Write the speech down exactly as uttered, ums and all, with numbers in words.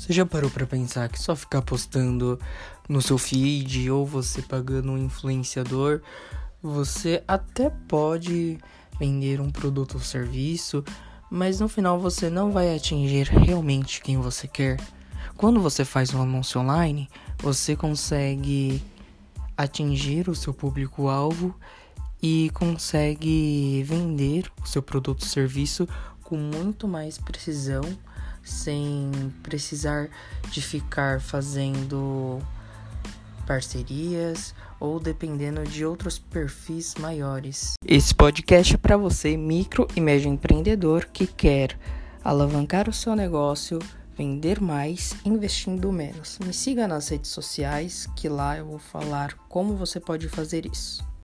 Você já parou pra pensar que só ficar postando no seu feed ou você pagando um influenciador, você até pode vender um produto ou serviço, mas no final você não vai atingir realmente quem você quer? Quando você faz um anúncio online, você consegue atingir o seu público-alvo e consegue vender o seu produto ou serviço com muito mais precisão, sem precisar de ficar fazendo parcerias ou dependendo de outros perfis maiores. Esse podcast é para você, micro e médio empreendedor, que quer alavancar o seu negócio, vender mais, investindo menos. Me siga nas redes sociais, que lá eu vou falar como você pode fazer isso.